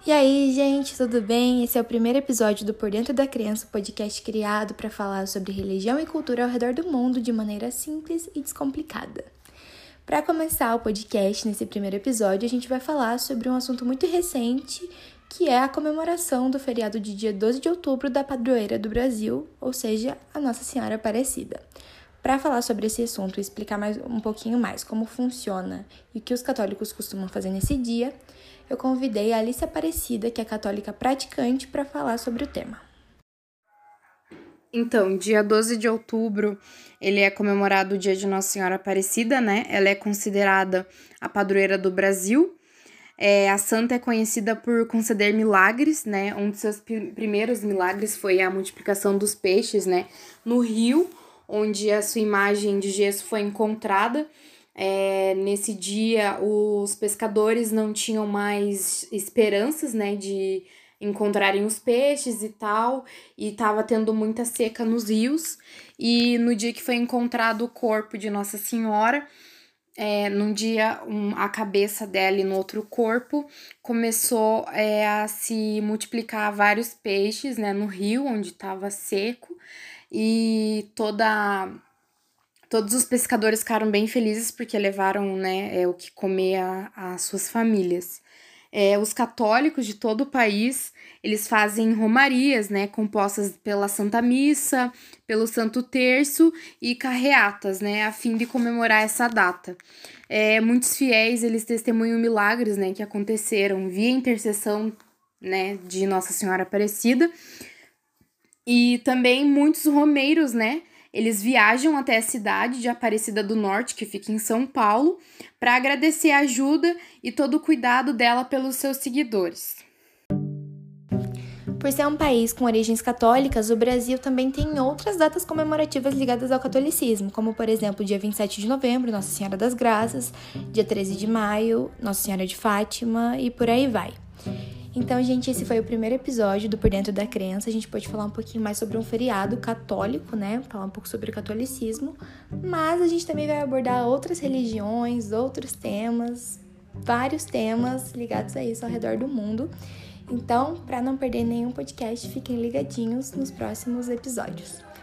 E aí, gente, tudo bem? Esse é o primeiro episódio do Por Dentro da Criança, podcast criado para falar sobre religião e cultura ao redor do mundo de maneira simples e descomplicada. Para começar o podcast, nesse primeiro episódio, a gente vai falar sobre um assunto muito recente, que é a comemoração do feriado de dia 12 de outubro da padroeira do Brasil, ou seja, a Nossa Senhora Aparecida. Para falar sobre esse assunto e explicar um pouquinho mais como funciona e o que os católicos costumam fazer nesse dia, eu convidei a Alice Aparecida, que é católica praticante, para falar sobre o tema. Então, dia 12 de outubro, ele é comemorado o dia de Nossa Senhora Aparecida, né? Ela é considerada a padroeira do Brasil. A santa é conhecida por conceder milagres, né? Um dos seus primeiros milagres foi a multiplicação dos peixes, né? No rio, onde a sua imagem de gesso foi encontrada. Nesse dia, os pescadores não tinham mais esperanças, né, de encontrarem os peixes e tal, e estava tendo muita seca nos rios. E no dia que foi encontrado o corpo de Nossa Senhora, num dia a cabeça dela e no outro corpo começou a se multiplicar vários peixes, né, no rio onde estava seco, e todos os pescadores ficaram bem felizes porque levaram, né, o que comer às suas famílias. Os católicos de todo o país, eles fazem romarias, né, compostas pela Santa Missa, pelo Santo Terço e carreatas, né, a fim de comemorar essa data. Muitos fiéis, eles testemunham milagres, né, que aconteceram via intercessão, né, de Nossa Senhora Aparecida. E também muitos romeiros, né, eles viajam até a cidade de Aparecida do Norte, que fica em São Paulo, para agradecer a ajuda e todo o cuidado dela pelos seus seguidores. Por ser um país com origens católicas, o Brasil também tem outras datas comemorativas ligadas ao catolicismo, como, por exemplo, dia 27 de novembro, Nossa Senhora das Graças, dia 13 de maio, Nossa Senhora de Fátima e por aí vai. Então, gente, esse foi o primeiro episódio do Por Dentro da Crença. A gente pode falar um pouquinho mais sobre um feriado católico, né? Falar um pouco sobre o catolicismo. Mas a gente também vai abordar outras religiões, outros temas, vários temas ligados a isso ao redor do mundo. Então, para não perder nenhum podcast, fiquem ligadinhos nos próximos episódios.